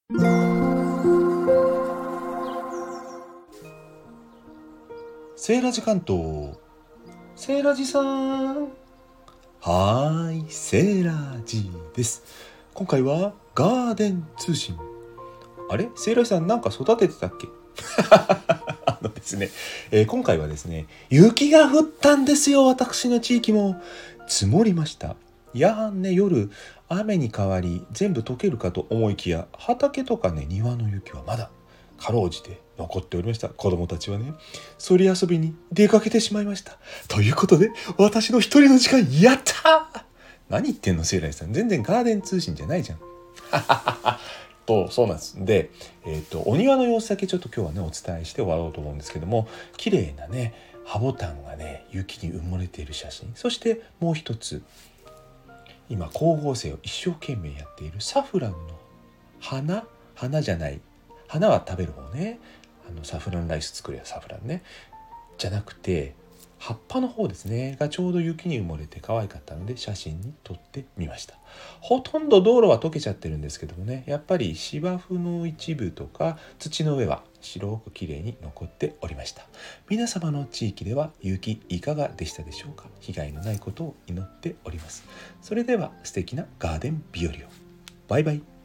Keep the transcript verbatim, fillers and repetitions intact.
セーラジ関東。セーラジさん。はーい、セーラジです。今回はガーデン通信。あれ、セーラジさんなんか育ててたっけ？あのですね、えー、今回はですね、雪が降ったんですよ。私の地域も積もりました。やはんね、夜雨に変わり全部溶けるかと思いきや、畑とかね、庭の雪はまだかろうじて残っておりました。子供たちはね、そり遊びに出かけてしまいました。ということで、私の一人の時間やったー。何言ってんの、セイライさん。全然ガーデン通信じゃないじゃん。とそうなんです。で、えっとお庭の様子だけちょっと今日はねお伝えして終わろうと思うんですけども、綺麗なねハボタンがね雪に埋もれている写真、そしてもう一つ、今光合成を一生懸命やっているサフランの花花じゃない、花は食べる方ね、あのサフランライス作るやサフランねじゃなくて、葉っぱの方ですねがちょうど雪に埋もれて可愛かったので写真に撮ってみました。ほとんど道路は溶けちゃってるんですけどもね、やっぱり芝生の一部とか土の上は白く綺麗に残っておりました。皆様の地域では雪いかがでしたでしょうか？被害のないことを祈っております。それでは素敵なガーデン日和を。バイバイ。